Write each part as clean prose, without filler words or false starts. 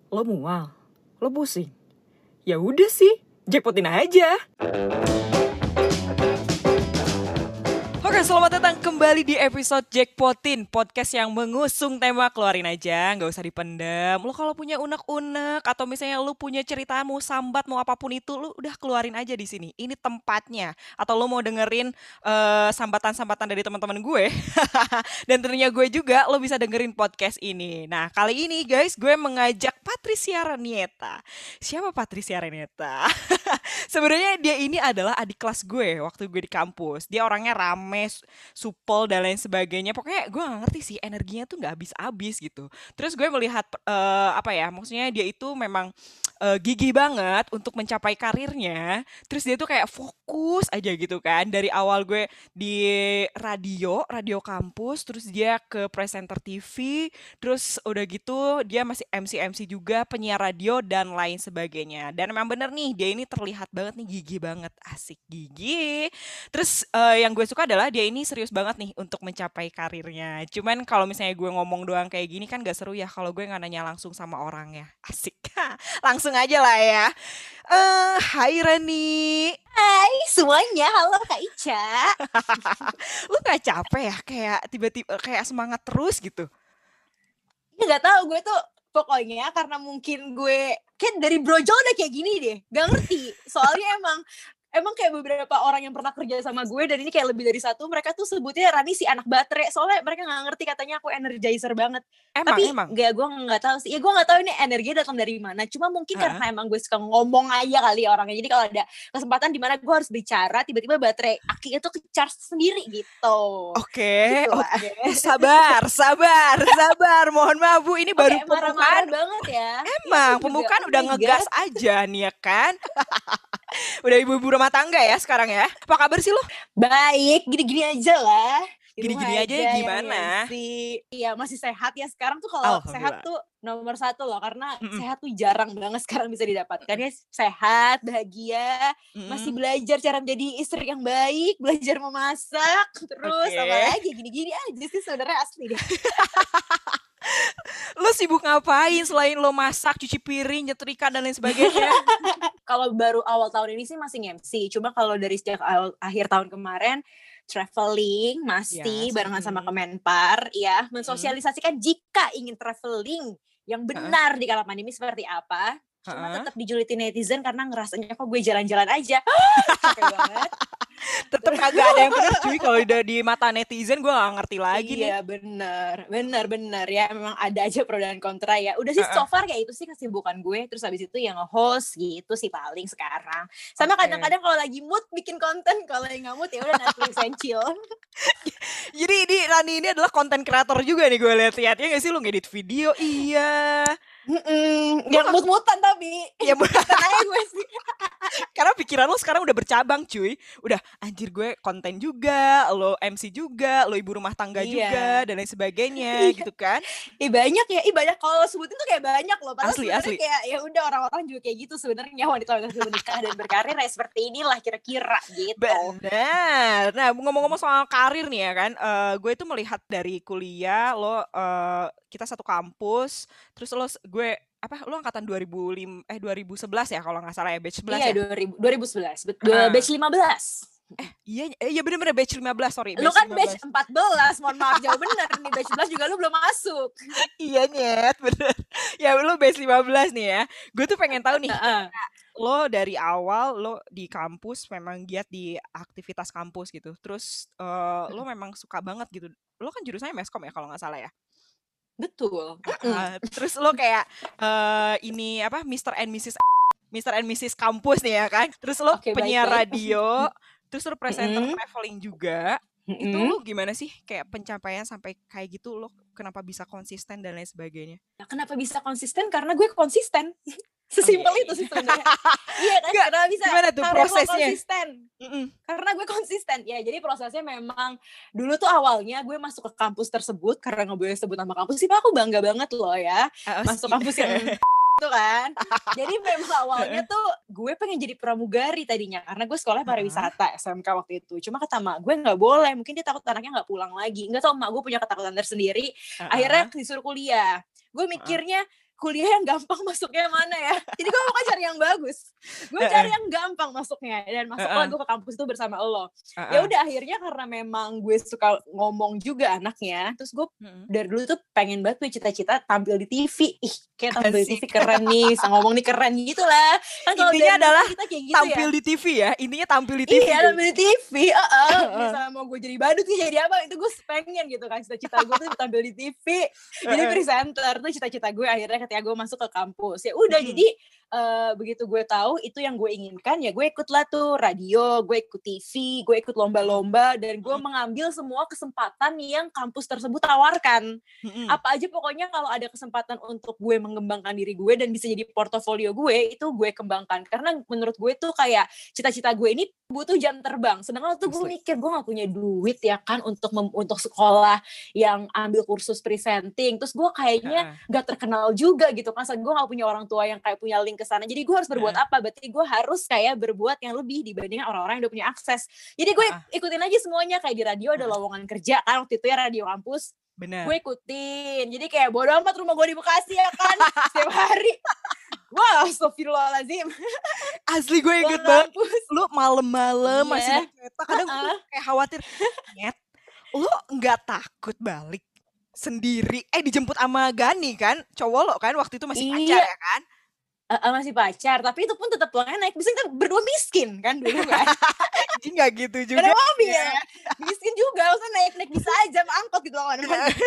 Lo mual? Lo pusing? Ya udah sih, jackpotin aja. Oke, selamat datang kembali di episode Jackpotin, podcast yang mengusung tema keluarin aja, nggak usah dipendam. Lo kalau punya unek-unek atau misalnya lo punya cerita mau sambat mau apapun itu, lo udah keluarin aja di sini. Ini tempatnya. Atau lo mau dengerin sambatan-sambatan dari teman-teman gue, dan tentunya gue juga, lo bisa dengerin podcast ini. Nah, kali ini guys, gue mengajak Patricia Ranieta. Siapa Patricia Ranieta? Sebenarnya dia ini adalah adik kelas gue waktu gue di kampus. Dia orangnya rame, supel dan lain sebagainya. Pokoknya gue gak ngerti sih, energinya tuh gak habis-habis gitu. Terus gue melihat maksudnya dia itu memang gigih banget untuk mencapai karirnya. Terus dia tuh kayak fokus aja gitu kan. Dari awal gue di radio kampus, terus dia ke presenter TV, terus udah gitu dia masih MC juga, penyiar radio dan lain sebagainya. Dan memang bener nih, dia ini terlihat banget nih gigih banget, asik gigih. Terus yang gue suka adalah dia ini serius banget nih untuk mencapai karirnya. Cuman kalau misalnya gue ngomong doang kayak gini kan gak seru ya kalau gue gak nanya langsung sama orangnya. Asik. Langsung aja lah ya. Hai Rani. Hai semuanya, halo Kak Ica. Lu gak capek ya kayak tiba-tiba kayak semangat terus gitu? Ya gak tahu, gue tuh pokoknya karena mungkin gue kayak dari brojol udah kayak gini deh. Gak ngerti, soalnya emang kayak beberapa orang yang pernah kerja sama gue dan ini kayak lebih dari satu, mereka tuh sebutnya Rani si anak baterai, soalnya mereka nggak ngerti, katanya aku energizer banget. Tapi gak, gue nggak tahu sih, ya gue nggak tahu ini energinya datang dari mana. Cuma mungkin karena emang gue suka ngomong aja kali ya orangnya. Jadi kalau ada kesempatan di mana gue harus bicara, tiba-tiba baterai aki itu ke-charge sendiri gitu. Oke. Sabar. Mohon maaf Bu, ini baru pembukaan banget ya. Emang pembukaan udah ngegas aja nih ya kan. Udah ibu-ibu rumah tangga ya sekarang ya. Apa kabar sih lo? Baik, gini-gini aja lah. Gini-gini aja gimana? Iya masih sehat ya sekarang tuh. Kalau sehat tuh nomor satu loh, karena sehat tuh jarang banget sekarang bisa didapatkan ya. Sehat, bahagia, masih belajar cara menjadi istri yang baik, belajar memasak, terus apa lagi, gini-gini aja sih sebenarnya, asli deh. Lo sibuk ngapain selain lo masak, cuci piring, nyetrika dan lain sebagainya? Kalau baru awal tahun ini sih masih nge-MC. Cuma kalau dari sejak akhir tahun kemarin traveling masih barengan sama Kemenpar ya, mensosialisasikan jika ingin traveling yang benar di kala pandemi seperti apa. Cuma tetap dijulitin netizen karena ngerasanya kok gue jalan-jalan aja. Capek banget. Tetep kagak ada yang bener cuy, kalau udah di mata netizen gue gak ngerti lagi nih. Iya bener ya, memang ada aja pro dan kontra ya. Udah sih so far kayak itu sih kesibukan gue. Terus habis itu yang nge-host gitu sih paling sekarang. Sama kadang-kadang kalau lagi mood bikin konten, kalau yang gak mood ya udah Netflix and chill. Jadi ini Rani ini adalah konten kreator juga nih gue lihat-lihat, ya gak sih? Lu ngedit video, iya. Yang mut-mutan tapi ya mutan aja gue sih. Karena pikiran lo sekarang udah bercabang cuy. Udah anjir, gue konten juga, lo MC juga, lo ibu rumah tangga juga dan lain sebagainya gitu kan. Banyak kalau sebutin tuh kayak banyak loh. Padahal asli. Kayak ya udah orang-orang juga kayak gitu sebenarnya, wanita-wanita sudah menikah dan berkarir ya seperti inilah kira-kira gitu. Benar. Nah, ngomong-ngomong soal karir nih ya kan, gue itu melihat dari kuliah lo, kita satu kampus, terus lo angkatan 2011 ya kalau nggak salah ya, batch 11 ya? Iya, 2011. Batch 15. Iya bener-bener batch 15, sorry. Lu kan batch 14, mohon maaf, jauh bener nih. Batch 11 juga lu belum masuk. Iya nyet, bener. Ya lu batch 15 nih ya. Gue tuh pengen tahu nih, lo dari awal lo di kampus memang giat di aktivitas kampus gitu. Terus lo memang suka banget gitu. Lo kan jurusannya Meskom ya kalau nggak salah ya? Betul. Terus lo kayak Mr. and Mrs. kampus nih ya kan. Terus lo penyiar radio, terus lo presenter traveling juga. Itu lo gimana sih kayak pencapaian sampai kayak gitu, lo kenapa bisa konsisten dan lain sebagainya? Kenapa bisa konsisten? Karena gue konsisten. Sesimpel itu sih sebenarnya. Iya kan? Kenapa bisa? Gimana tuh prosesnya? Konsisten. Karena gue konsisten. Ya, jadi prosesnya memang dulu tuh awalnya gue masuk ke kampus tersebut karena nggak boleh sebut nama kampus sih, Pak, aku bangga banget loh ya. Masuk kampus yang itu kan. Jadi memang awalnya tuh gue pengen jadi pramugari tadinya karena gue sekolah pariwisata SMK waktu itu. Cuma kata mak gue nggak boleh, mungkin dia takut anaknya nggak pulang lagi. Nggak tahu, mak gue punya ketakutan tersendiri. Akhirnya disuruh kuliah. Gue mikirnya kuliah yang gampang masuknya mana ya. Jadi gue bukan cari yang bagus. Gue cari yang gampang masuknya. Dan masuklah gue ke kampus itu bersama lo. Ya udah akhirnya karena memang gue suka ngomong juga anaknya. Terus gue dari dulu tuh pengen banget punya cita-cita tampil di TV. Ih, kayak tampil di TV keren nih. Bisa ngomong nih keren gitu lah. Kan kalau Intinya adalah kita kayak gitu tampil ya. di TV ya. Intinya tampil di TV. Iya, tampil di TV. Misalnya mau gue jadi badut sih jadi apa, itu gue pengen gitu kan. Cita-cita gue tuh tampil di TV. Jadi presenter tuh cita-cita gue akhirnya ketika gue masuk ke kampus. Ya udah jadi begitu gue tahu itu yang gue inginkan, ya gue ikutlah tuh radio, gue ikut TV, gue ikut lomba-lomba, dan gue mengambil semua kesempatan yang kampus tersebut tawarkan. Apa aja pokoknya kalau ada kesempatan untuk gue mengembangkan diri gue dan bisa jadi portofolio gue, itu gue kembangkan. Karena menurut gue tuh kayak cita-cita gue ini butuh jam terbang. Sedangkan waktu gue mikir gue gak punya duit ya kan untuk sekolah yang ambil kursus presenting. Terus gue kayaknya gak terkenal juga gitu kan. Gue gak punya orang tua yang kayak punya link ke sana. Jadi gue harus berbuat apa? Berarti gue harus kayak berbuat yang lebih dibandingkan orang-orang yang udah punya akses. Jadi gue ikutin aja semuanya. Kayak di radio ada lowongan kerja kan, waktu itu ya radio kampus. Bener. Gue ikutin. Jadi kayak bodo amat rumah gue di Bekasi ya kan. Setiap hari. Wah, astagfirullahaladzim. Asli gue inget banget. Lu malam-malam masih naik kereta. Kadang gue kayak khawatir. Nyet, lu gak takut balik sendiri? Dijemput sama Gani kan? Cowok lo kan? Waktu itu masih pacar ya kan? Masih pacar, tapi itu pun tetap pulangnya naik bis. Kita berdua miskin kan dulu kan. Jadi gak gitu juga. Ada mobil ya. Miskin juga, maksudnya naik bisa aja sama angkot gitu loh.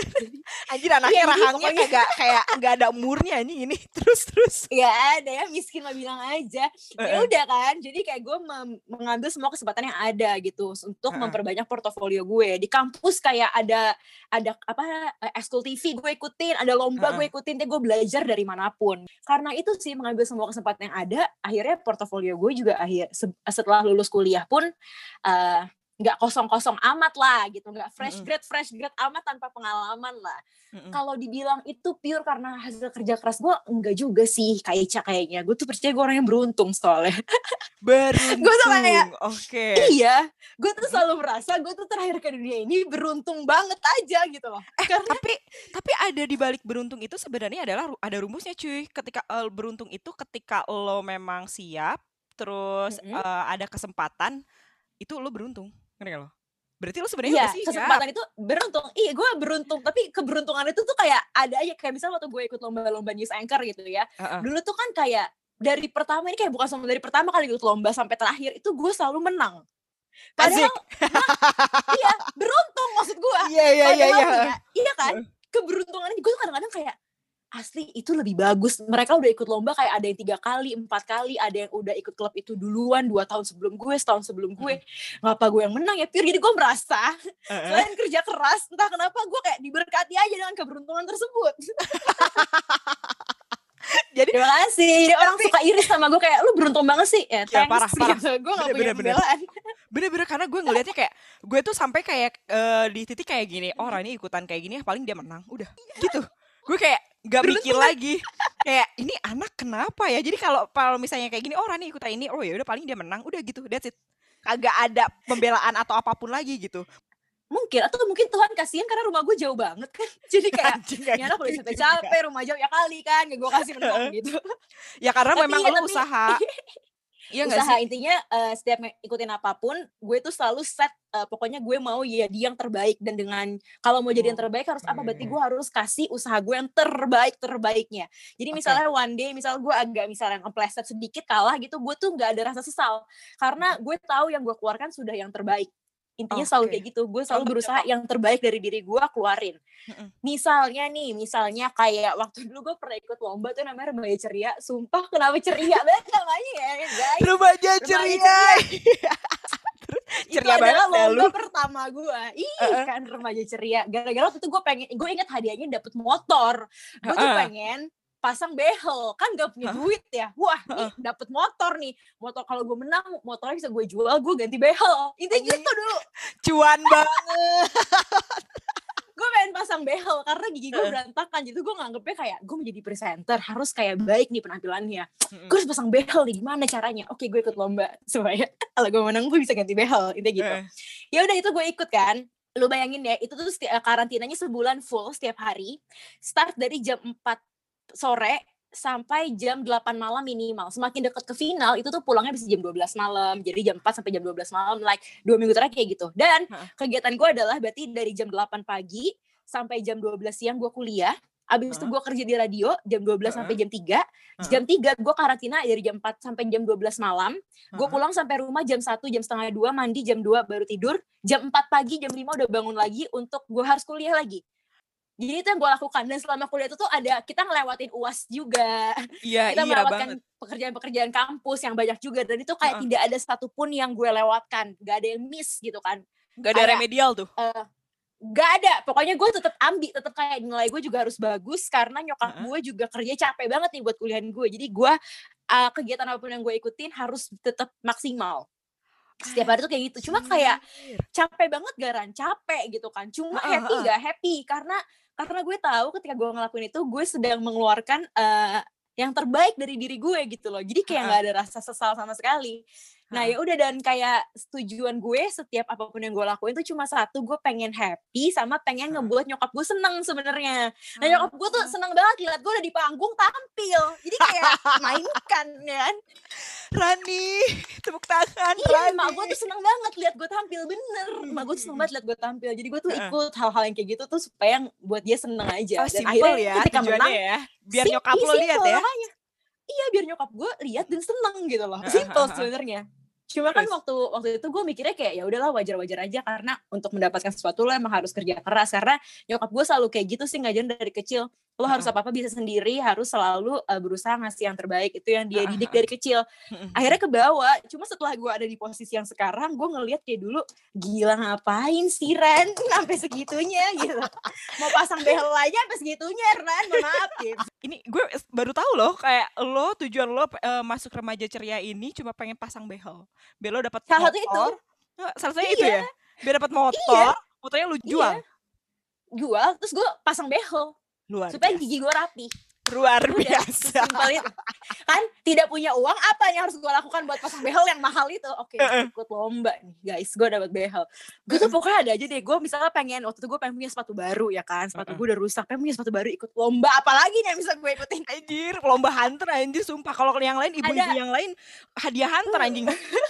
Anjir anaknya rahangnya kayak gak ada umurnya ini. Terus. Ya ada ya, miskin lah bilang aja. Ya udah kan, jadi kayak gue mengambil semua kesempatan yang ada gitu untuk memperbanyak portofolio gue. Di kampus kayak ada apa, ekskul TV gue ikutin, ada lomba gue ikutin, gue belajar dari manapun. Karena itu sih mengambil semua kesempatan yang ada, akhirnya portofolio gue juga setelah lulus kuliah pun nggak kosong-kosong amat lah gitu, nggak fresh grade amat tanpa pengalaman lah. Kalau dibilang itu pure karena hasil kerja keras gue, enggak juga sih kayaknya. Gue tuh percaya gue orang yang beruntung soalnya. Beruntung. Gue tuh kayak, iya, gue tuh selalu merasa gue tuh terakhir ke dunia ini beruntung banget aja gitu loh. Karena tapi ada di balik beruntung itu sebenarnya adalah ada rumusnya cuy. Ketika beruntung itu ketika lo memang siap, terus ada kesempatan, itu lo beruntung. Ngerti gak lo? Berarti lo sebenarnya udah siap. Kesempatan itu beruntung. Iya, gue beruntung. Tapi keberuntungan itu tuh kayak ada aja. Kayak misalnya waktu gue ikut lomba-lomba news anchor gitu ya. Dulu tuh kan kayak dari pertama ini kayak bukan sama dari pertama kali ikut lomba sampai terakhir itu gue selalu menang. Padahal iya, beruntung maksud gue. Iya. Iya kan? Keberuntungan gue tuh kadang-kadang kayak asli itu lebih bagus. Mereka udah ikut lomba kayak ada yang 3 kali, 4 kali, ada yang udah ikut klub itu duluan 2 tahun sebelum gue, setahun sebelum gue. Ngapa gue yang menang ya, pure. Jadi gue merasa selain kerja keras, entah kenapa gue kayak diberkati aja dengan keberuntungan tersebut. Jadi terima kasih. Jadi orang suka iris sama gue kayak lu beruntung banget sih. Ya, parah. Gitu. Gue gak punya pembelaan. Bener-bener karena gue ngeliatnya kayak gue tuh sampai kayak di titik kayak gini, orang ini ikutan kayak gini paling dia menang, udah gitu. Gue kayak gak mikir lagi kayak ini anak kenapa ya. Jadi kalau misalnya kayak gini, orang ini ikutan ini, oh ya udah paling dia menang, udah gitu, that's it. Kagak ada pembelaan atau apapun lagi gitu. Mungkin Tuhan kasihan karena rumah gue jauh banget kan. Jadi kayak nyana kalau capek rumah jauh ya kali kan, gue kasih menang gitu. Ya karena memang lo usaha. Iya usaha intinya setiap ikutin apapun gue tuh selalu set pokoknya gue mau ya dia yang terbaik, dan dengan kalau mau jadi yang terbaik harus apa, berarti gue harus kasih usaha gue yang terbaiknya. Jadi misalnya one day misal gue agak misalnya ngepleset sedikit kalah gitu, gue tuh nggak ada rasa sesal karena gue tahu yang gue keluarkan sudah yang terbaik. Intinya selalu kayak gitu, gue selalu berusaha yang terbaik dari diri gue keluarin. Misalnya kayak waktu dulu gue pernah ikut lomba tuh namanya Remaja Ceria. Sumpah kenapa ceria banget namanya ya guys. Remaja Ceria. Itu adalah lomba pertama gue. Kan Remaja Ceria. Gara-gara waktu itu gue inget hadiahnya dapet motor. Gue tuh pengen pasang behel, kan gak punya duit ya. Wah, nih dapet motor nih. Motor kalau gue menang, motornya bisa gue jual, gue ganti behel. Intinya gitu dulu. Cuan banget. Gue pengen pasang behel karena gigi gue berantakan. Jadi gue nganggepnya kayak gue menjadi presenter harus kayak baik nih penampilannya. Gue harus pasang behel nih, gimana caranya? Oke, gue ikut lomba supaya kalau gue menang gue bisa ganti behel. Intinya gitu. Ya udah itu gue ikut kan. Lu bayangin ya, itu tuh karantinanya sebulan full setiap hari. Start dari jam 4 sore sampai jam 8 malam minimal. Semakin dekat ke final itu tuh pulangnya bisa jam 12 malam. Jadi jam 4 sampai jam 12 malam, like 2 minggu terakhir kayak gitu. Dan Heeh. kegiatan gue adalah berarti dari jam 8 pagi sampai jam 12 siang gue kuliah. Abis itu Heeh. gue kerja di radio jam 12 sampai Heeh. jam 3. Heeh. Jam 3 gue karantina dari jam 4 sampai jam 12 malam. Gue Heeh. pulang sampai rumah jam 1, jam setengah 2, mandi jam 2 baru tidur. Jam 4 pagi, jam 5 udah bangun lagi untuk gue harus kuliah lagi. Jadi itu yang gue lakukan. Dan selama kuliah itu tuh kita ngelewatin UAS juga. Iya, Kita iya melewatkan banget. pekerjaan-pekerjaan kampus yang banyak juga. Dan itu kayak Heeh. tidak ada satupun yang gue lewatkan. Gak ada yang miss gitu kan. Nggak ada Kayak remedial tuh. gak ada. Pokoknya gue tetap tetap kayak nilai gue juga harus bagus. Karena nyokap Heeh. gue juga kerja capek banget nih buat kuliahan gue. Jadi gue kegiatan apapun yang gue ikutin harus tetap maksimal. Setiap hari tuh kayak gitu. Cuma kayak Anjir. capek banget Garan, capek gitu kan. Cuma Heeh, happy heeh. gak happy karena gue tahu ketika gue ngelakuin itu gue sedang mengeluarkan yang terbaik dari diri gue gitu loh. Jadi kayak Heeh. nggak ada rasa sesal sama sekali. Nah Heeh. ya udah, dan kayak tujuan gue setiap apapun yang gue lakuin tuh cuma satu, gue pengen happy sama pengen Heeh. ngebuat nyokap gue seneng sebenarnya. Nah Ah. nyokap gue tuh seneng banget lihat gue udah di panggung tampil. Jadi kayak mainkan ya kan. Rani, tepuk tangan Iya, Rani. emak gue tuh seneng banget lihat gue tampil, bener. Emak gue tuh seneng banget lihat gue tampil. Jadi gue tuh Heeh. ikut hal-hal yang kayak gitu tuh supaya buat dia seneng aja. Oh, Dan simple akhirnya ya ketika tujuannya menang, ya. Biar nyokap lo lihat simple ya. makanya. Iya, biar nyokap gue lihat dan seneng gitu loh. Heeh, Simple heeh. sebenarnya. Cuma kan Terus? waktu itu gue mikirnya kayak ya udahlah, wajar-wajar aja karena untuk mendapatkan sesuatu lo emang harus kerja keras. Karena nyokap gue selalu kayak gitu sih, ngajarin dari kecil. Lo harus Heeh. apa-apa bisa sendiri, harus selalu berusaha ngasih yang terbaik. Itu yang dia Heeh, didik heeh. dari kecil. Akhirnya kebawa. Cuma setelah gue ada di posisi yang sekarang, gue ngeliat kayak dulu, gila ngapain sih Ren sampai segitunya gitu. Mau pasang behel aja sampai segitunya Ren, mohon maaf gitu. Ini gue baru tahu loh, kayak tujuan lo masuk remaja ceria ini cuma pengen pasang behel. Biar lo dapat Salah satu itu. motor. Salah satunya itu Iya. ya. Biar dapat Iya. motor, motornya lu jual. Iya. Jual, terus gue pasang behel. Luar Supaya biasa. gigi gue rapi. Luar Udah, biasa. sesimpel itu. Kan tidak punya uang, apa yang harus gue lakukan buat pasang behel yang mahal itu? Oke, ikut lomba nih guys, gue dapat behel. Gue tuh pokoknya ada aja deh. Gue misalnya waktu itu gue pengen punya sepatu baru ya kan. Sepatu gue udah rusak, pengen punya sepatu baru, ikut lomba. Apalagi nih yang bisa gue ikutin. Anjir, lomba hunter anjir, sumpah. Kalau yang lain, ibu-ibu yang lain hadiah hunter anjing.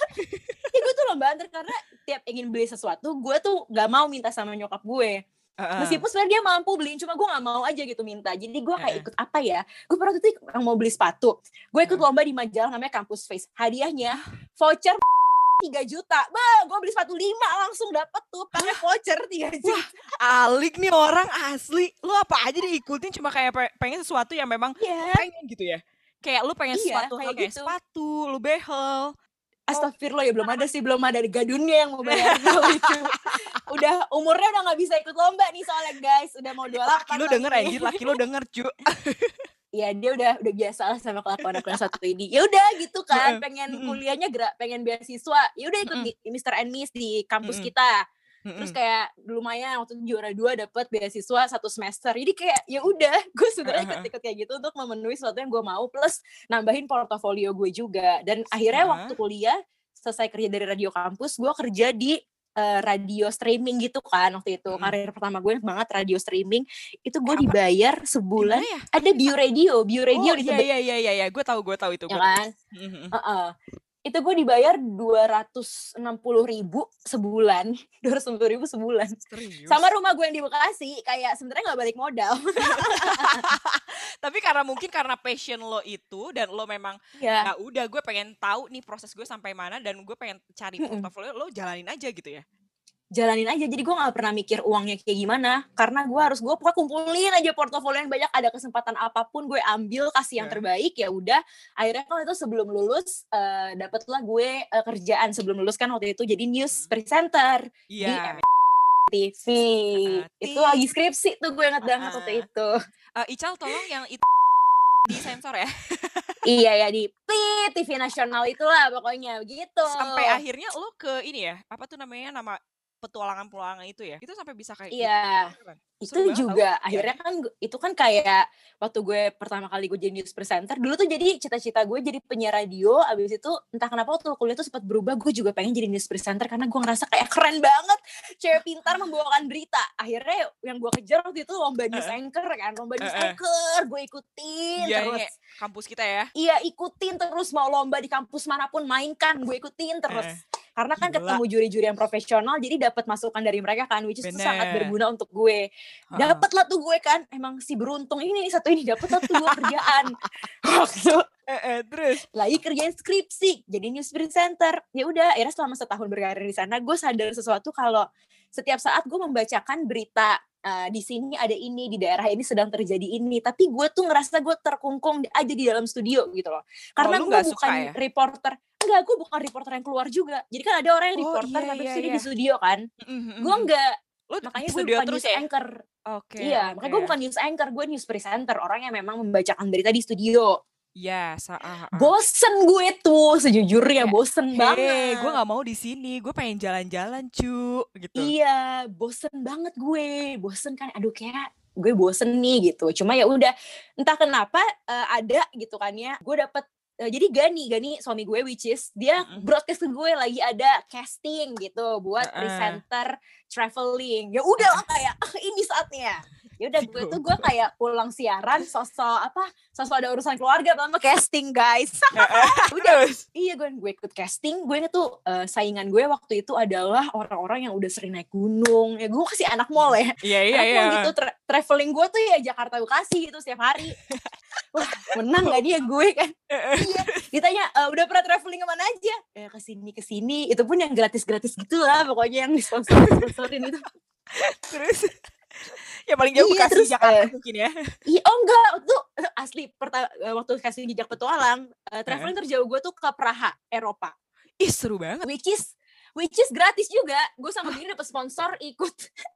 Ya gue tuh lomba hunter karena tiap ingin beli sesuatu, gue tuh gak mau minta sama nyokap gue. Meskipun sebenarnya dia mampu beliin, cuma gue gak mau aja gitu minta. Jadi gue kayak ikut apa ya, gue pernah tuh mau beli sepatu, gue ikut lomba di majalah namanya Campus Face. Hadiahnya voucher 3 juta. Gue beli sepatu 5 langsung dapet tuh pakai voucher 3 juta. Wah, alik nih orang asli. Lu apa aja diikutin cuma kayak pengen sesuatu yang memang pengen gitu ya. Kayak lu pengen sesuatu kayak gitu. Sepatu, lu behel. Astagfirullah, ya belum ada gadunnya yang mau bayar itu. Udah umurnya udah nggak bisa ikut lomba nih soalnya guys, udah mau 28. Laki lu denger anjir, laki lu denger cu. Ya dia udah biasa lah sama kelakuan aku yang satu ini. Ya udah gitu kan, pengen kuliahnya pengen beasiswa. Ya udah ikut Mr. and Miss di kampus kita. Terus kayak lumayan waktu itu juara 2 dapat beasiswa 1 semester. Jadi kayak ya udah, gue sebenarnya ikut kayak gitu untuk memenuhi sesuatu yang gue mau, plus nambahin portofolio gue juga. Dan akhirnya waktu kuliah selesai kerja dari radio kampus, gue kerja di radio streaming gitu kan waktu itu. Karir pertama gue banget radio streaming. Itu gue dibayar sebulan. Ya? Ada Bio Radio di Tebet. Iya, gue tahu itu. Ya kan? Itu gue dibayar 260.000 sebulan. 260.000 sebulan. Serius? Sama rumah gue yang di Bekasi, kayak sebenarnya nggak balik modal. Tapi karena passion lo itu, dan lo memang ya udah, gue pengen tahu nih proses gue sampai mana, dan gue pengen cari portofolio, lo jalanin aja gitu ya. Jalanin aja, jadi gue gak pernah mikir uangnya kayak gimana, karena gue pokoknya kumpulin aja portofolio yang banyak, ada kesempatan apapun gue ambil, kasih yang terbaik, ya udah. Akhirnya kalau itu sebelum lulus dapetlah gue kerjaan sebelum lulus kan waktu itu jadi news presenter di TV. Itu lagi skripsi tuh, gue inget banget waktu itu. Ical tolong yang itu di sensor ya. Iya ya, di TV nasional itulah pokoknya gitu. Sampai akhirnya lo ke ini ya, apa tuh namanya, nama petualangan-petualangan itu ya. Itu sampai bisa kayak gitu. Iya. Kan? Itu Seru banget juga tau. akhirnya kan itu kan kayak waktu gue pertama kali gue jadi news presenter dulu tuh, jadi cita-cita gue jadi penyiar radio. Abis itu entah kenapa waktu kuliah tuh sempat berubah, gue juga pengen jadi news presenter karena gue ngerasa kayak keren banget cewek pintar membawakan berita. Akhirnya yang gue kejar waktu itu lomba news anchor kan, lomba news anchor gue ikutin Iya, terus. kampus kita ya. Iya, ikutin terus, mau lomba di kampus manapun mainkan gue ikutin terus. Karena kan ketemu juri-juri yang profesional, jadi dapat masukan dari mereka kan, which is itu sangat berguna untuk gue. Dapat lah tuh gue kan, emang si beruntung ini satu ini dapat lah tuh gue kerjaan. Waktu terus lagi kerjain skripsi, jadi news presenter. Ya udah, akhirnya selama setahun berkarir di sana, gue sadar sesuatu kalau setiap saat gue membacakan berita, di sini ada ini, di daerah ini sedang terjadi ini, tapi gue tuh ngerasa gue terkungkung aja di dalam studio gitu loh. Karena gue bukan reporter. Enggak, gue bukan reporter yang keluar juga. Jadi kan ada orang yang reporter tapi dia di studio kan. Gue enggak. Makanya gue bukan news anchor. Iya, makanya gue bukan news anchor, gue news presenter, orang yang memang membacakan berita di studio. Ya, bosen gue tuh sejujurnya, bosen banget. Gue nggak mau di sini, gue pengen jalan-jalan cu, gitu. Iya, bosen banget gue, bosen kan, aduh kayak gue bosen nih gitu. Cuma ya udah, entah kenapa ada gitu kan ya, gue dapet. Jadi Gani suami gue, which is dia broadcast ke gue lagi ada casting gitu buat presenter traveling. Ya udah lah kayak ini saatnya. Ya udah gue kayak pulang siaran sosok ada urusan keluarga sama casting guys. Udah. Iya gue ikut casting. Gue tuh saingan gue waktu itu adalah orang-orang yang udah sering naik gunung. Ya gue kasih anak mall ya. Iya. Gitu traveling gue tuh ya Jakarta Bekasi gitu setiap hari. Wah, menang gak dia gue kan? Iya. Ditanya udah pernah traveling kemana aja? Kesini. Itu pun yang gratis gitu lah. Pokoknya yang sponsorin itu. Terus ya paling jauh Bekasi Jakarta mungkin ya. Iya, enggak, tuh asli waktu kasih jejak petualang, traveling terjauh gue tuh ke Praha, Eropa. Ih, seru banget. Which is gratis juga. Gue sama gini dapet sponsor ikut.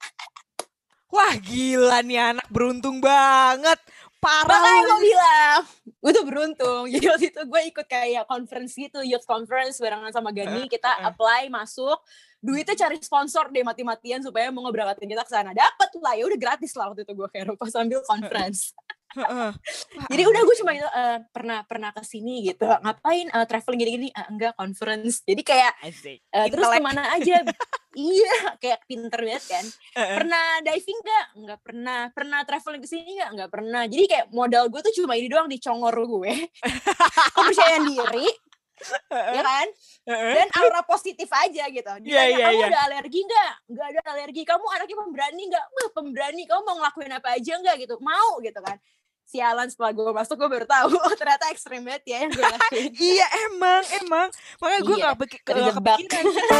Wah, gila nih anak beruntung banget. Parah. Makanya gue bilang, gue tuh beruntung. Jadi waktu itu gue ikut kayak conference gitu, youth conference barengan sama Gani, kita apply masuk. Duitnya cari sponsor deh mati-matian supaya mau ngeberangkatin kita ke sana. Dapat lah, ya udah gratis lah waktu itu gue ke Eropa sambil conference. Jadi udah gue cuma itu pernah kesini gitu. Ngapain traveling gini-gini? Enggak, conference. Jadi kayak terus kemana aja? Iya, kayak pinter banget kan. Pernah diving nggak pernah. Pernah traveling ke sini nggak pernah. Jadi kayak modal gue tuh cuma ini doang, dicongor gue. Kepercayaan diri. Ya kan? Dan aura positif aja gitu. Ditanya, kamu ada alergi nggak ada alergi. Kamu anaknya pemberani nggak? Wah, pemberani. Kamu mau ngelakuin apa aja nggak gitu? Mau gitu kan. Sialan, setelah gue masuk gue baru tahu ternyata ekstrem banget ya yang gue lakuin. Iya emang makanya gue nggak kepikiran.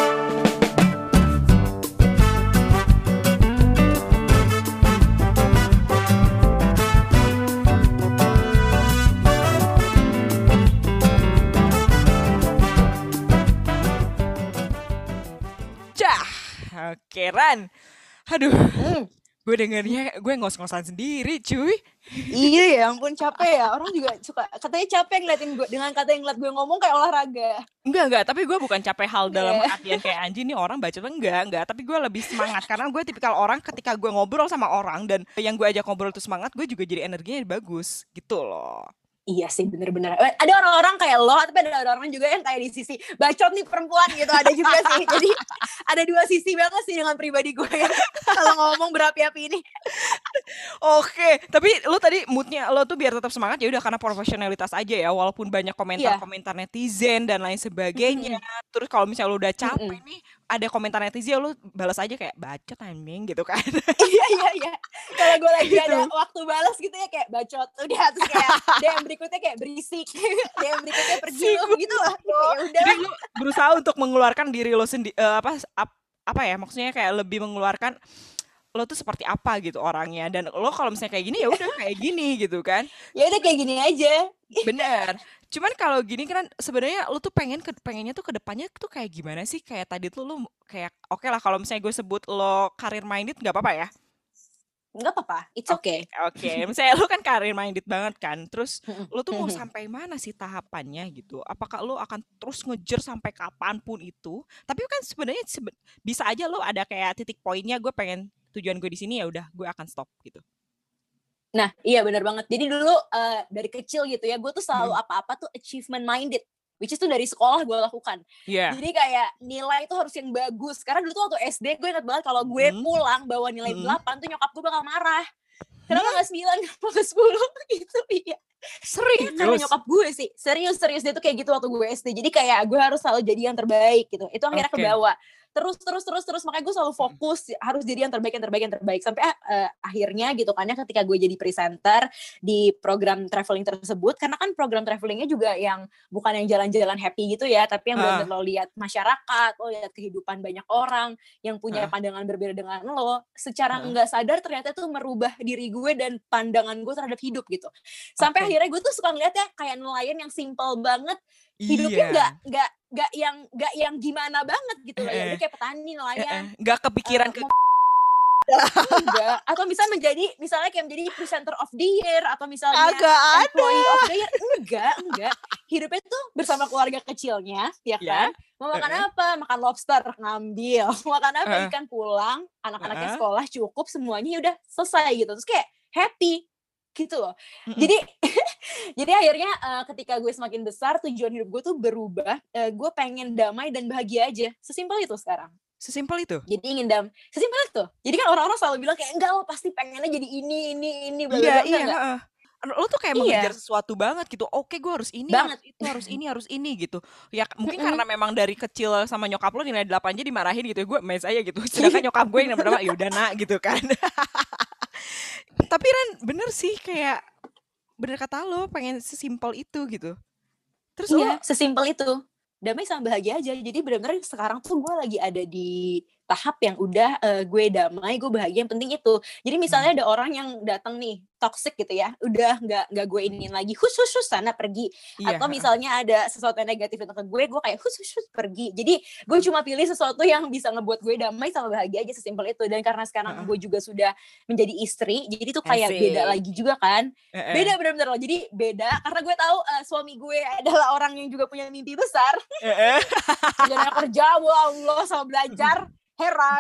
Oke Ran, aduh, gue dengernya gue ngos-ngosan sendiri cuy. Iya ya ampun, capek ya. Orang juga suka katanya capek ngeliatin gue, dengan kata yang ngeliat gue ngomong kayak olahraga. Enggak, tapi gue bukan capek hal dalam artian kayak anjing nih orang baca tuh enggak, tapi gue lebih semangat karena gue tipikal orang ketika gue ngobrol sama orang dan yang gue ajak ngobrol tuh semangat, gue juga jadi energinya bagus gitu loh. Iya sih, bener-bener. Ada orang-orang kayak lo, tapi ada orang-orang juga yang kayak di sisi bacot nih perempuan gitu, ada juga sih. Jadi ada dua sisi banget sih dengan pribadi gue ya, kalau ngomong berapi-api ini. Oke, tapi lo tadi moodnya lo tuh biar tetap semangat ya udah karena profesionalitas aja ya, walaupun banyak komentar netizen dan lain sebagainya. Terus kalau misalnya lo udah capek nih, ada komentar netizen lo balas aja kayak bacot anjing gitu kan. Iya. Kalau gue lagi ada waktu balas gitu ya kayak bacot, udah terus kayak DM berikutnya kayak berisik, DM berikutnya pergi lo gitu lah. Ya udah. Jadi lo berusaha untuk mengeluarkan diri lo sendiri apa ya, maksudnya kayak lebih mengeluarkan lo tuh seperti apa gitu orangnya, dan lo kalau misalnya kayak gini ya udah kayak gini gitu kan. Ya udah kayak gini aja. Bener. Cuman kalau gini kan sebenarnya lo tuh pengennya tuh kedepannya tuh kayak gimana sih? Kayak tadi tuh lo kayak oke lah kalau misalnya gue sebut lo karir minded nggak apa-apa ya? Nggak apa-apa, it's Oke, okay. oke. Misalnya lu kan career minded banget kan, terus lu tuh mau sampai mana sih tahapannya gitu? Apakah lu akan terus ngejar sampai kapanpun itu? Tapi kan sebenarnya bisa aja lu ada kayak titik poinnya, gue pengen tujuan gue di sini ya udah gue akan stop gitu. Nah, iya benar banget. Jadi dulu dari kecil gitu ya, gue tuh selalu Mm. apa-apa tuh achievement minded. Which is tuh dari sekolah gue lakukan. Iya. Jadi kayak nilai itu harus yang bagus. Karena dulu tuh waktu SD gue ingat banget kalau gue Mm. pulang bawa nilai Mm. 8 tuh nyokap gue bakal marah. Kenapa Hmm, nggak 9, kenapa nggak 10 gitu, iya. Ya karena serius? nyokap gue sih, serius dia tuh kayak gitu waktu gue SD. Jadi kayak gue harus selalu jadi yang terbaik gitu. Itu akhirnya Oke. kebawa. Terus makanya gue selalu fokus harus jadi yang terbaik sampai akhirnya gitu kan ya ketika gue jadi presenter di program traveling tersebut, karena kan program travelingnya juga yang bukan yang jalan-jalan happy gitu ya, tapi yang benar-benar lo lihat masyarakat, lo lihat kehidupan banyak orang yang punya pandangan berbeda dengan lo, secara nggak sadar ternyata tuh merubah diri gue dan pandangan gue terhadap hidup gitu. Sampai Oke. akhirnya gue tuh suka ngeliat ya kayak nelayan yang simple banget, Iya. hidupnya nggak yang gimana banget gitu loh ya, udah kayak petani nelayan, Nggak kepikiran ke enggak, atau misalnya kayak menjadi presenter of the year atau misalnya agak ada. employee of the year, enggak, hidupnya tuh bersama keluarga kecilnya ya kan, mau makan apa, makan lobster ngambil, mau makan apa, ikan pulang, anak-anaknya sekolah cukup semuanya, ya udah selesai gitu, terus kayak happy gitu loh. Jadi jadi akhirnya ketika gue semakin besar, tujuan hidup gue tuh berubah, gue pengen damai dan bahagia aja, sesimpel itu sekarang. Sesimpel itu? Jadi sesimpel itu. Jadi kan orang-orang selalu bilang kayak, enggak, lo pasti pengennya jadi ini, bla bla bla, enggak. Lo tuh kayak mengejar sesuatu banget gitu. Oke, gue harus ini, Banget. harus ini gitu. Ya mungkin karena memang dari kecil sama nyokap lo nilai 8 aja dimarahin gitu ya. Gue mes aja gitu. Sedangkan nyokap gue yang nambah ya udah nak gitu kan. Tapi Ran, bener sih kayak bener kata lo pengen sesimpel itu gitu. Terus iya, sesimpel itu. Damai sama bahagia aja. Jadi benar-benar sekarang tuh gue lagi ada di tahap yang udah gue damai, gue bahagia, yang penting itu. Jadi misalnya ada orang yang datang nih toxic gitu ya, udah nggak gue ingin lagi, hus sana pergi. iya, Atau misalnya ada sesuatu yang negatif untuk gue kayak hus pergi. Jadi gue cuma pilih sesuatu yang bisa ngebuat gue damai sama bahagia aja, sesimpel itu. Dan karena sekarang gue juga sudah menjadi istri, jadi tuh kayak beda lagi juga kan. Beda bener-bener loh. Jadi beda karena gue tahu suami gue adalah orang yang juga punya mimpi besar. Jangan kerja, Allah, sama belajar. Heran.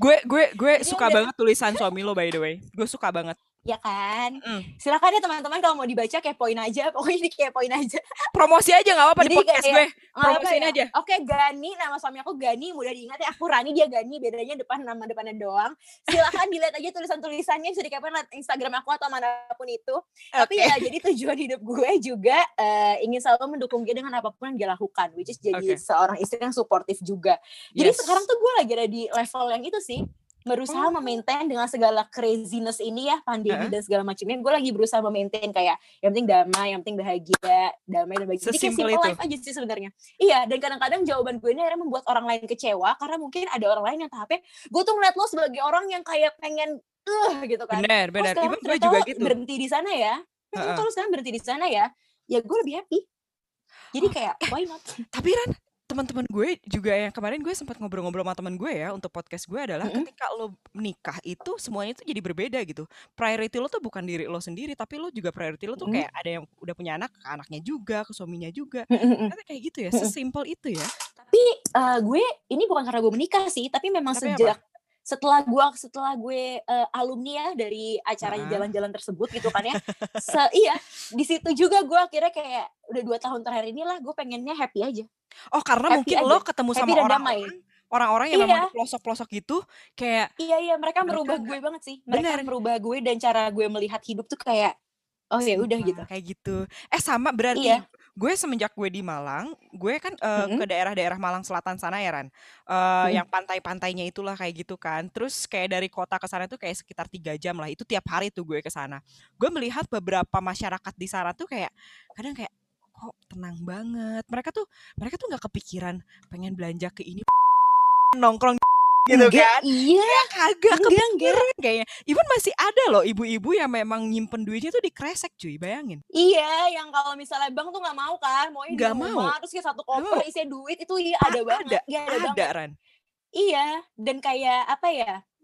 Gue suka banget tulisan suami lo, by the way. Gue suka banget. Ya kan? Silakan ya teman-teman, kalau mau dibaca kepoin aja. Pokoknya kepoin aja. Promosi aja gak apa-apa di podcast gue. Promosiin aja. Oke, Gani, nama suami aku Gani, mudah diingat ya. Aku Rani, dia Gani, bedanya nama depannya doang. Silakan dilihat aja tulisan-tulisannya, bisa dikepoin Instagram aku atau manapun itu. Tapi ya jadi tujuan hidup gue juga ingin selalu mendukung dia dengan apapun yang dia lakukan, which is jadi seorang istri yang suportif juga. Jadi sekarang tuh gue lagi ada di level yang itu sih, berusaha memaintain dengan segala craziness ini ya, pandemi dan segala macamnya. Gue lagi berusaha memaintain kayak yang penting damai, yang penting bahagia, damai dan bahagia. Jadi kayak simple life aja sih sebenarnya. Iya, dan kadang-kadang jawaban gue ini akhirnya membuat orang lain kecewa karena mungkin ada orang lain yang tahapnya, gue tuh ngeliat lo sebagai orang yang kayak pengen gitu kan. Benar. Even gue juga gitu. Berhenti di sana ya. Kalau sekarang berhenti di sana ya gue lebih happy. Jadi kayak why not? Tapi Ran, teman-teman gue juga yang kemarin gue sempat ngobrol-ngobrol sama teman gue ya untuk podcast gue adalah ketika lo menikah itu semuanya tuh jadi berbeda gitu. Priority lo tuh bukan diri lo sendiri, tapi lo juga priority lo tuh kayak ada yang udah punya anak, ke anaknya juga, ke suaminya juga. Ternyata kayak gitu ya, sesimpel itu ya. Tapi gue ini bukan karena gue menikah sih, tapi memang setelah gue alumni ya dari acara jalan-jalan tersebut gitu kan ya. Iya, di situ juga gue akhirnya kayak udah 2 tahun terakhir inilah gue pengennya happy aja. Oh, karena happy mungkin aja. Lo ketemu sama orang-orang yang memang di pelosok-pelosok gitu kayak iya mereka merubah gue banget sih. Mereka merubah gue dan cara gue melihat hidup tuh kayak oh ya udah gitu. Kayak gitu. Sama berarti gue semenjak gue di Malang, gue kan ke daerah-daerah Malang Selatan sana ya Ran. Yang pantai-pantainya itulah kayak gitu kan. Terus kayak dari kota ke sana tuh kayak sekitar 3 jam lah. Itu tiap hari tuh gue ke sana. Gue melihat beberapa masyarakat di sana tuh kayak kadang kayak kok tenang banget. Mereka tuh nggak kepikiran pengen belanja ke ini nongkrong gitu kan. Iya, kagak kepikiran kayaknya. Even masih ada loh ibu-ibu yang memang nyimpen duitnya tuh di kresek cuy, bayangin. Iya, yang kalau misalnya bank tuh nggak mau kan, maunya di rumah, terus kayak satu koper isinya duit itu ada banget. Ada banget. Iya, dan kayak apa ya,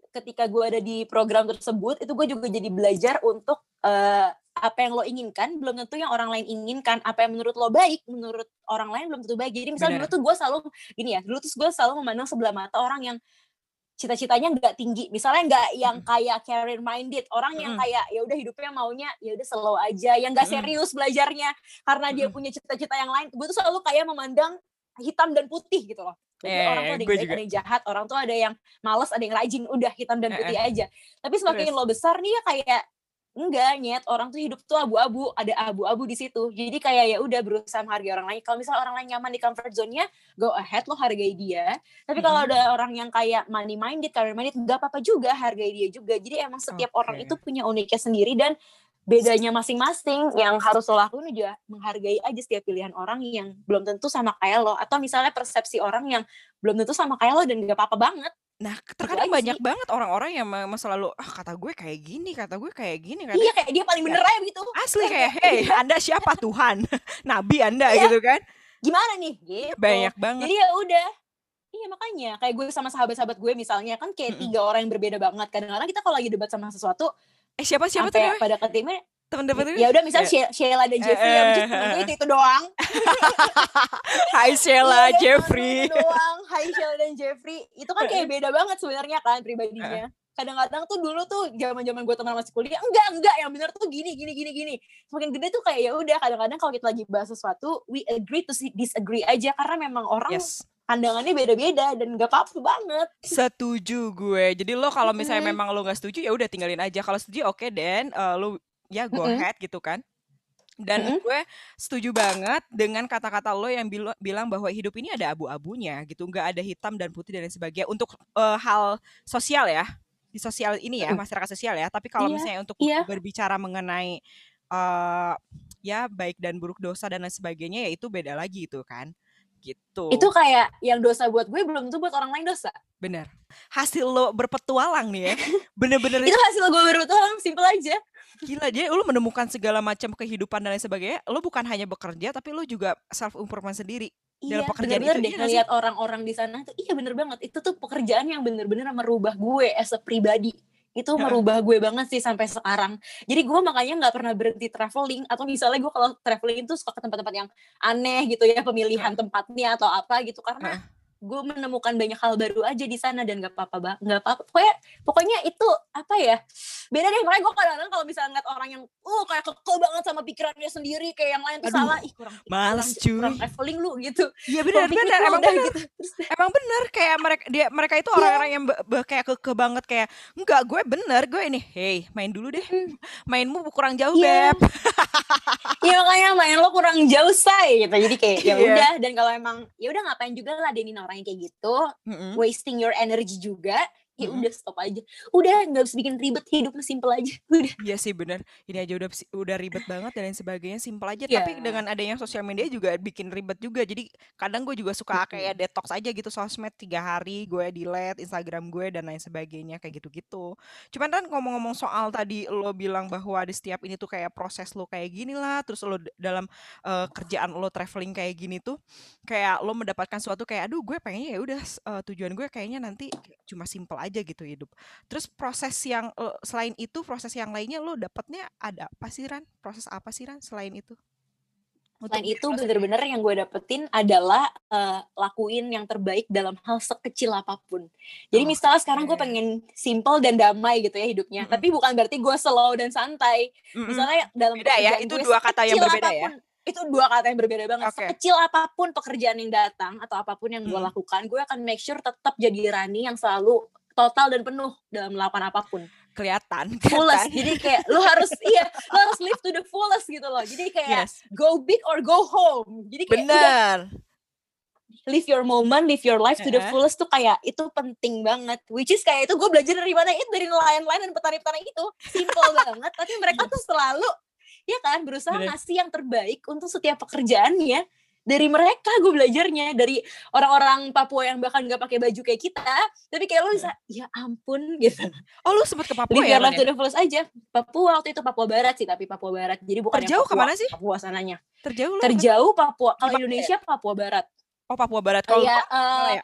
ketika gue ada di program tersebut itu gue juga jadi belajar untuk apa yang lo inginkan belum tentu yang orang lain inginkan, apa yang menurut lo baik menurut orang lain belum tentu baik. Jadi misalnya dulu tuh gue selalu gini ya, dulu tuh gue selalu memandang sebelah mata orang yang cita-citanya nggak tinggi, misalnya nggak yang kayak career minded, orang yang kayak ya udah hidupnya maunya ya udah slow aja, yang nggak serius belajarnya karena dia punya cita-cita yang lain. Gue tuh selalu kayak memandang hitam dan putih gitu loh. Jadi orang tuh ada yang baik, ada yang jahat, orang tuh ada yang malas, ada yang rajin, udah hitam dan putih aja. Tapi semakin lo besar nih ya kayak enggak, nyet, orang tuh hidup tuh abu-abu, ada abu-abu di situ. Jadi kayak ya udah berusaha menghargai orang lain. Kalau misalnya orang lain nyaman di comfort zone-nya, go ahead, lo hargai dia. Tapi kalau ada orang yang kayak money minded, career minded, enggak apa-apa juga, hargai dia juga. Jadi emang setiap orang itu punya uniknya sendiri dan bedanya masing-masing. Yang harus lo lakuin juga menghargai aja setiap pilihan orang yang belum tentu sama kayak lo, atau misalnya persepsi orang yang belum tentu sama kayak lo dan gak apa-apa banget. Nah, terkadang banyak banget orang-orang yang selalu kata gue kayak gini, kata iya kayak dia paling bener aja gitu. Asli kayak, hey, Anda siapa, Tuhan? Nabi Anda gitu kan? Gimana nih? Gitu. Banyak banget. Jadi ya udah. Iya makanya kayak gue sama sahabat-sahabat gue misalnya kan kayak 3 orang yang berbeda banget. Kadang-kadang kita kalau lagi debat sama sesuatu, siapa tuh namanya? Pada ketimnya temen-temen ya udah misalnya Sheila dan Jeffrey ya itu doang. Hai Sheila, Jeffrey. Itu doang. Hai Sheila dan Jeffrey. Itu kan kayak beda banget sebenarnya kan pribadinya. Kadang-kadang tuh dulu tuh zaman-zaman gue teman masih kuliah, enggak yang benar tuh gini. Semakin gede tuh kayak ya udah kadang-kadang kalau kita lagi bahas sesuatu, we agree to disagree aja karena memang orang pandangannya beda-beda dan gak apa-apa banget. Setuju gue. Jadi lo kalau misalnya memang lo gak setuju ya udah tinggalin aja. Kalau setuju oke, Dan lo ya go ahead gitu kan. Dan gue setuju banget dengan kata-kata lo yang bilang bahwa hidup ini ada abu-abunya gitu, nggak ada hitam dan putih dan lain sebagainya untuk hal sosial ya, di sosial ini ya, masyarakat sosial ya. Tapi kalau misalnya untuk berbicara mengenai ya baik dan buruk, dosa dan lain sebagainya, ya itu beda lagi itu kan. Gitu. Itu kayak yang dosa buat gue belum tentu buat orang lain dosa. Bener. Hasil lo berpetualang nih ya. Bener-bener itu hasil gue berpetualang, simple aja. Gila, dia lo menemukan segala macam kehidupan dan lain sebagainya. Lo bukan hanya bekerja tapi lo juga self improvement sendiri. Iya, bener-bener deh ngeliat orang-orang di sana tuh. Iya bener banget. Itu tuh pekerjaan yang bener-bener merubah gue as a pribadi. Itu merubah gue banget sih sampai sekarang. Jadi gue makanya gak pernah berhenti traveling. Atau misalnya gue kalau traveling itu suka ke tempat-tempat yang aneh gitu ya, pemilihan tempatnya atau apa gitu. Karena gue menemukan banyak hal baru aja di sana dan gak apa-apa. Pokoknya itu apa ya, beda deh. Makanya gue kadang-kadang kalau misalnya ngeliat orang yang kayak kekeh banget sama pikirannya sendiri, kayak yang lain tuh salah, kurang traveling lu gitu. Iya benar emang benar gitu. Emang benar kayak mereka itu orang-orang yang kayak kekeh banget, kayak enggak, gue bener, gue ini hey main dulu deh, mainmu kurang jauh beb. Iya makanya main lo kurang jauh say gitu. Jadi kayak ya udah, dan kalau emang ya udah ngapain juga lah denin orang yang kayak gitu, wasting your energy juga. Ya udah stop aja. Udah nggak usah bikin ribet, hidupnya simple aja. Udah. Iya sih benar. Ini aja udah ribet banget dan lain sebagainya, simple aja. Tapi dengan adanya sosial media juga bikin ribet juga. Jadi kadang gue juga suka kayak detox aja gitu sosmed 3 hari, gue delete Instagram gue dan lain sebagainya kayak gitu-gitu. Cuman kan ngomong-ngomong soal tadi lo bilang bahwa di setiap ini tuh kayak proses lo kayak gini lah, terus lo dalam kerjaan lo traveling kayak gini tuh kayak lo mendapatkan suatu kayak aduh gue pengennya ya udah tujuan gue kayaknya nanti cuma simple aja gitu hidup. Terus proses yang selain itu, proses yang lainnya lo dapetnya ada apa sih Ran? Proses apa sih Ran selain itu? Selain itu bener-bener yang gue dapetin adalah lakuin yang terbaik dalam hal sekecil apapun. Jadi misalnya sekarang gue pengen simple dan damai gitu ya hidupnya, tapi bukan berarti gue slow dan santai. Misalnya dalam beda ya, itu dua kata yang berbeda apapun, ya. Itu 2 kata yang berbeda banget. Sekecil apapun pekerjaan yang datang atau apapun yang gue lakukan, gue akan make sure tetap jadi Rani yang selalu total dan penuh dalam melakukan apapun. Kelihatan. Fullest. Jadi kayak lo harus live to the fullest gitu loh. Jadi kayak go big or go home. Jadi kayak bener. Live your moment, live your life to the fullest tuh kayak itu penting banget. Which is kayak itu gue belajar dari mana? Itu dari nelayan-nelayan dan petani-petani itu. Simple banget. Tapi mereka tuh selalu ya kan berusaha ngasih yang terbaik untuk setiap pekerjaannya. Dari mereka gue belajarnya, dari orang-orang Papua yang bahkan gak pakai baju kayak kita, tapi kayak lo bisa, ya ampun gitu. Oh lu sempet ke Papua ya? Live your life to the fullest aja. Papua waktu itu Papua Barat sih, tapi Papua Barat. Jadi bukan terjauh Papua, kemana sih? Papua sananya. Terjauh Papua. Kalau Indonesia Papua Barat. Oh Papua Barat. Kalau kayak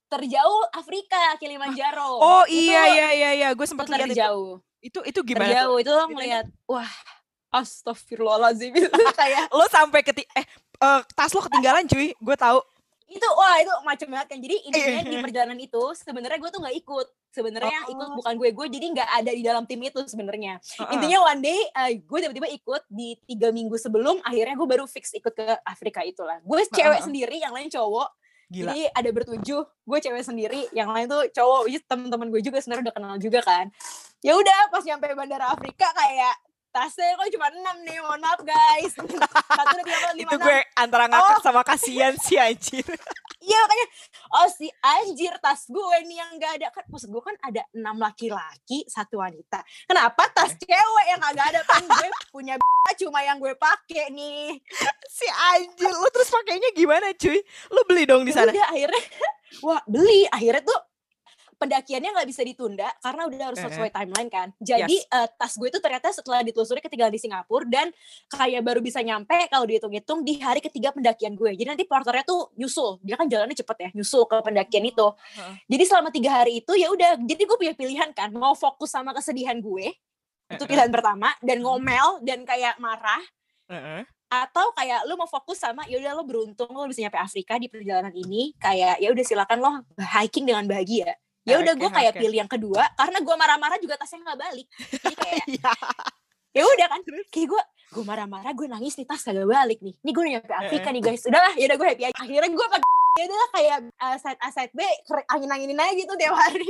terjauh Afrika, Kilimanjaro. Oh Itu iya, gue sempat lihat itu. terjauh. Itu gimana Terjauh tuh? itu lo ngeliat, wah, astagfirullahaladzim itu kayak Lo sampai tas lo ketinggalan cuy, gue tahu. itu macam banget kan. Jadi intinya di perjalanan itu sebenarnya gue tuh nggak ikut. Sebenarnya yang ikut bukan gue jadi nggak ada di dalam tim itu sebenarnya. Intinya one day gue tiba-tiba ikut di 3 minggu sebelum, akhirnya gue baru fix ikut ke Afrika itulah. Gue cewek sendiri, yang lain cowok. Gila. Jadi ada bertujuh, gue cewek sendiri, yang lain tuh cowok. Jadi teman-teman gue juga sebenarnya udah kenal juga kan. Ya udah pas nyampe bandara Afrika kayak tasnya kok cuma 6 nih, mohon maaf guys. 1, 2, 3, 4, 5, 6. Itu gue antara ngakak sama kasihan sih anjir. Iya makanya, si anjir tas gue nih yang gak ada. Kan maksud gue kan ada 6 laki-laki, 1 wanita. Kenapa tas cewek yang kagak ada? Kan gue punya cuma yang gue pakai nih. Si anjir, lu terus pakainya gimana cuy? Lu beli dong di sana? Udah akhirnya, beli. Akhirnya tuh pendakiannya nggak bisa ditunda karena udah harus sesuai timeline kan. Jadi tas gue itu ternyata setelah ditelusuri ketinggalan di Singapura dan kayak baru bisa nyampe kalau dihitung-hitung di hari ketiga pendakian gue. Jadi nanti porternya tuh nyusul, dia kan jalannya cepet ya, nyusul ke pendakian itu. Jadi selama 3 hari itu ya udah, jadi gue punya pilihan kan, mau fokus sama kesedihan gue, itu pilihan pertama, dan ngomel dan kayak marah. Atau kayak lu mau fokus sama ya udah lo beruntung lo bisa nyampe Afrika di perjalanan ini, kayak ya udah silakan lo hiking dengan bahagia. Ya udah gue kayak pilih yang kedua karena gue marah-marah juga tasnya nggak balik. Jadi kayak ya udah kan, kayak gue marah-marah, gue nangis nih, tas kagak balik nih. Nih gue udah nyampe Afrika nih guys. Udahlah, ya udah gue happy aja. Akhirnya gue pakai ya udah kayak side A side B angin-anginin aja gitu tiap hari.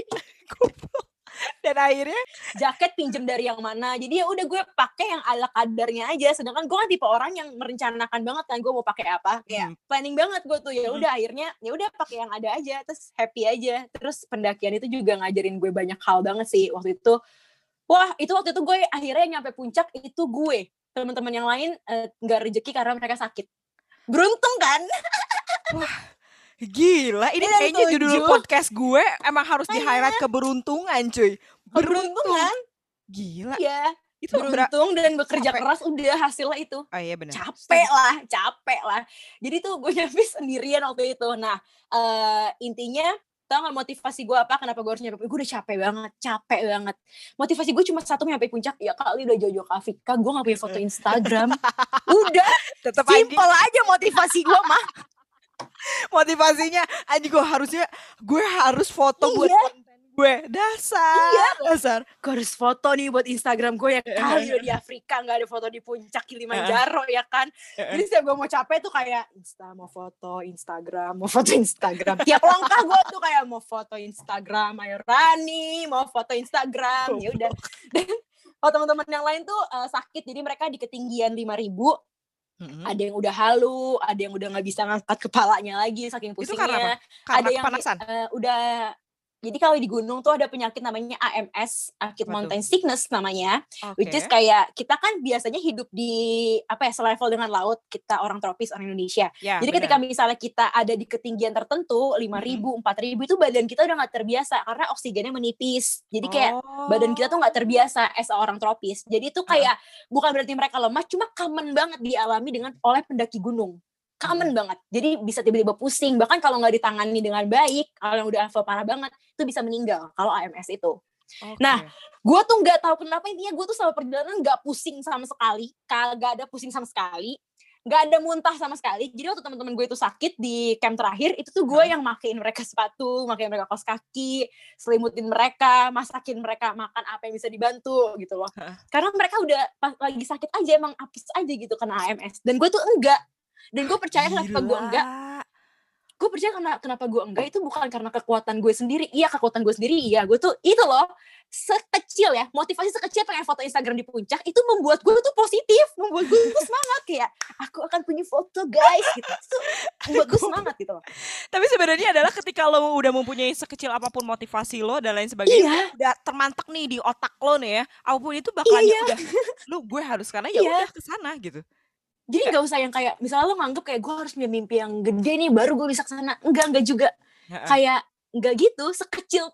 Dan akhirnya jaket pinjem dari yang mana, jadi ya udah gue pakai yang ala kadarnya aja. Sedangkan gue kan tipe orang yang merencanakan banget kan gue mau pakai apa, kayak planning banget gue tuh. Ya udah akhirnya ya udah pakai yang ada aja, terus happy aja. Terus pendakian itu juga ngajarin gue banyak hal banget sih waktu itu. Waktu itu gue akhirnya nyampe puncak itu gue, teman-teman yang lain nggak rezeki karena mereka sakit. Beruntung kan? Wah, gila, ini kayaknya judul podcast gue emang harus di-highlight keberuntungan, cuy. Beruntungan. Gila. Iya. Itu beruntung dan bekerja keras udah hasilnya itu. Oh iya benar. Capek lah. Jadi tuh gue nyampe sendirian waktu itu. Nah, intinya tau gak motivasi gue apa? Kenapa gue harus nyampe? Gue udah capek banget. Motivasi gue cuma satu, nyampe puncak. Ya kali udah jauh-jauh ke Afrika, gue gak punya foto Instagram. Udah, tetep simple aja motivasi gue mah. Motivasinya anjing gue harus foto buat konten gue. Dasar gue harus foto nih buat Instagram gue, ya kali udah di Afrika nggak ada foto di puncak Kilimanjaro ya kan. Jadi setiap gue mau capek tuh kayak mau foto Instagram tiap langkah gue tuh kayak mau foto Instagram, ayo Rani mau foto Instagram. Ya udah. Dan teman-teman yang lain tuh sakit, jadi mereka di ketinggian 5.000. Ada yang udah halu, ada yang udah nggak bisa ngangkat kepalanya lagi saking pusingnya. Itu karena ada yang kepanasan? Udah. Jadi kalau di gunung tuh ada penyakit namanya AMS, Acute Mountain Sickness namanya. Which is kayak kita kan biasanya hidup di selevel dengan laut, kita orang tropis, orang Indonesia. Ya, jadi ketika misalnya kita ada di ketinggian tertentu 5.000, 4.000 itu badan kita udah nggak terbiasa karena oksigennya menipis. Jadi kayak badan kita tuh nggak terbiasa as orang tropis. Jadi itu kayak bukan berarti mereka lemah, cuma common banget dialami oleh pendaki gunung. Common banget. Jadi bisa tiba-tiba pusing. Bahkan kalau nggak ditangani dengan baik, kalau yang udah level parah banget, itu bisa meninggal kalau AMS itu. Nah, gue tuh nggak tahu kenapa, intinya gue tuh selama perjalanan nggak pusing sama sekali. Kagak ada pusing sama sekali. Nggak ada muntah sama sekali. Jadi waktu teman-teman gue itu sakit di camp terakhir, itu tuh gue yang makein mereka sepatu, makein mereka kaos kaki, selimutin mereka, masakin mereka makan apa yang bisa dibantu gitu loh. Karena mereka udah lagi sakit aja, emang apes aja gitu kena AMS. Dan gue tuh enggak. Dan gue percaya kenapa gue enggak. Gue percaya kenapa gue enggak itu bukan karena kekuatan gue sendiri. Iya, kekuatan gue sendiri. Iya, gue tuh itu loh. Sekecil ya, motivasi sekecil pengen foto Instagram di puncak itu membuat gue tuh positif, membuat gue tuh semangat kayak aku akan punya foto guys gitu. Itu membuat gue semangat gitu loh. Tapi sebenarnya adalah ketika lo udah mempunyai sekecil apapun motivasi lo dan lain sebagainya, udah termantak nih di otak lo nih ya, apapun itu bakalan udah lo gue harus karena ya udah kesana gitu. Jadi gak usah yang kayak misalnya lo nganggep kayak gue harus punya mimpi yang gede nih baru gue bisa kesana. Enggak juga. Kayak enggak gitu, sekecil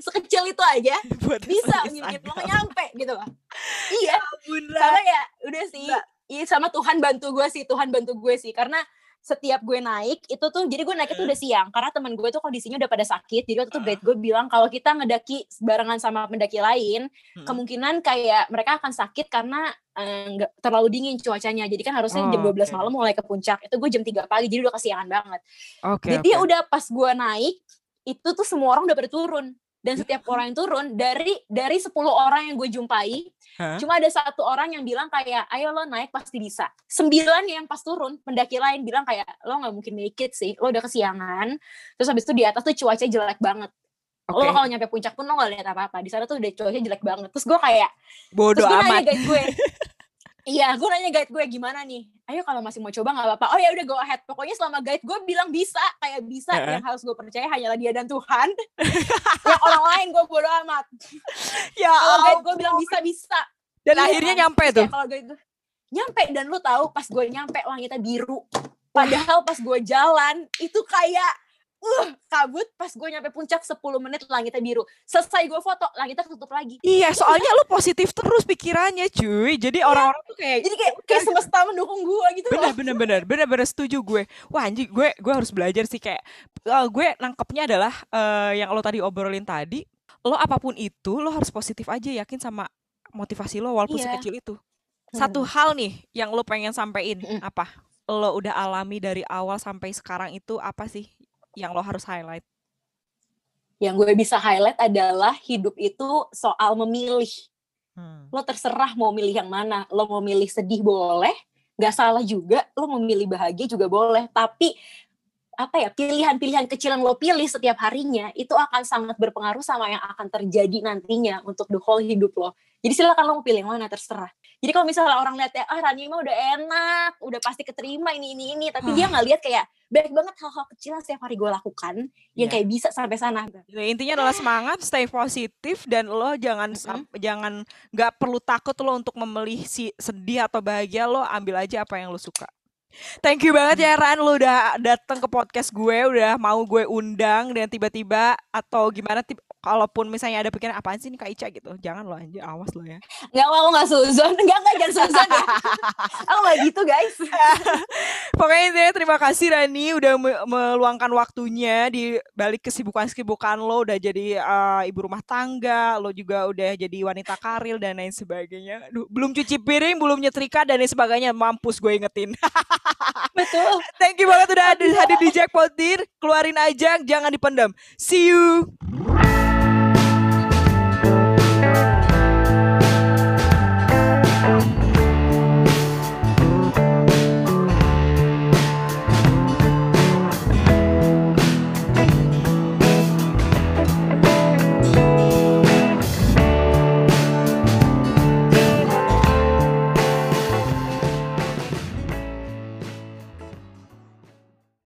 itu aja bisa mimpi lo nyampe gitu loh. Iya. Sama ya udah sih. Iya, sama Tuhan bantu gue sih karena setiap gue naik itu tuh, jadi gue naik itu udah siang karena teman gue tuh kondisinya udah pada sakit. Jadi waktu itu guide gue bilang kalau kita ngedaki barengan sama pendaki lain, kemungkinan kayak mereka akan sakit karena nggak terlalu dingin cuacanya. Jadi kan harusnya jam 12 malam mulai ke puncak. Itu gue jam 3 pagi, jadi udah kesiangan banget. Jadi udah pas gue naik itu tuh semua orang udah pada turun. Dan setiap orang yang turun, dari 10 orang yang gue jumpai, cuma ada 1 orang yang bilang kayak, ayo lo naik pasti bisa. 9 yang pas turun, pendaki lain bilang kayak, lo gak mungkin make it sih, lo udah kesiangan. Terus habis itu di atas tuh cuaca jelek banget. Lo kalau nyampe puncak pun lo gak lihat apa-apa. Di sana tuh udah cuaca jelek banget. Terus gue kayak, bodoh amat. Nanya guide gue, iya, gue nanya guide gue gimana nih? Ayo kalau masih mau coba gak apa-apa. Oh ya udah go ahead. Pokoknya selama guide gue bilang bisa, kayak bisa, yang harus gue percaya hanyalah dia dan Tuhan. Yang orang lain gue bodo amat. Ya kalau guide gue bilang bisa. Dan akhirnya nyampe tuh. Kalau guide gue nyampe, dan lu tahu pas gue nyampe langitnya biru. Padahal pas gue jalan itu kayak kabut. Pas gue nyampe puncak 10 menit langitnya biru. Selesai gue foto, langitnya ketutup lagi. Iya, soalnya lu positif terus pikirannya, cuy. Jadi orang-orang tuh kayak, jadi kayak semesta mendukung gue gitu. Bener setuju gue. Wah anjing, gue harus belajar sih, kayak gue nangkepnya adalah yang lo tadi obrolin tadi, lo apapun itu lo harus positif aja, yakin sama motivasi lo walaupun sekecil itu. Satu hal nih yang lo pengen sampein, apa? Lo udah alami dari awal sampai sekarang itu apa sih yang lo harus highlight? Yang gue bisa highlight adalah hidup itu soal memilih. Lo terserah mau milih yang mana. Lo mau milih sedih boleh, gak salah juga. Lo mau milih bahagia juga boleh. Tapi pilihan-pilihan kecil yang lo pilih setiap harinya itu akan sangat berpengaruh sama yang akan terjadi nantinya untuk the whole hidup lo. Jadi silakan lo mau pilih yang mana, terserah. Jadi kalau misalnya orang lihat ya, Rani mah udah enak, udah pasti keterima ini, tapi dia nggak lihat kayak banyak banget hal-hal kecil yang setiap hari gue lakukan yang kayak bisa sampai sana. Intinya adalah semangat, stay positif, dan lo jangan nggak perlu takut lo untuk memilih si sedih atau bahagia. Lo ambil aja apa yang lo suka. Thank you banget ya Ran, lo udah datang ke podcast gue, udah mau gue undang, dan tiba-tiba atau gimana, kalaupun misalnya ada pikiran apaan sih nih Kak Ica gitu, jangan lo anjir, awas lo ya. Enggak, aku gak suzon, jangan suzon ya. Aku gak gitu guys. Pokoknya terima kasih Rani udah meluangkan waktunya di balik kesibukan lo, udah jadi ibu rumah tangga, lo juga udah jadi wanita karir dan lain sebagainya. Duh, belum cuci piring, belum nyetrika dan lain sebagainya, mampus gue ingetin. Betul. Thank you banget udah hadir di Jack Potin. Keluarin aja, jangan dipendam. See you.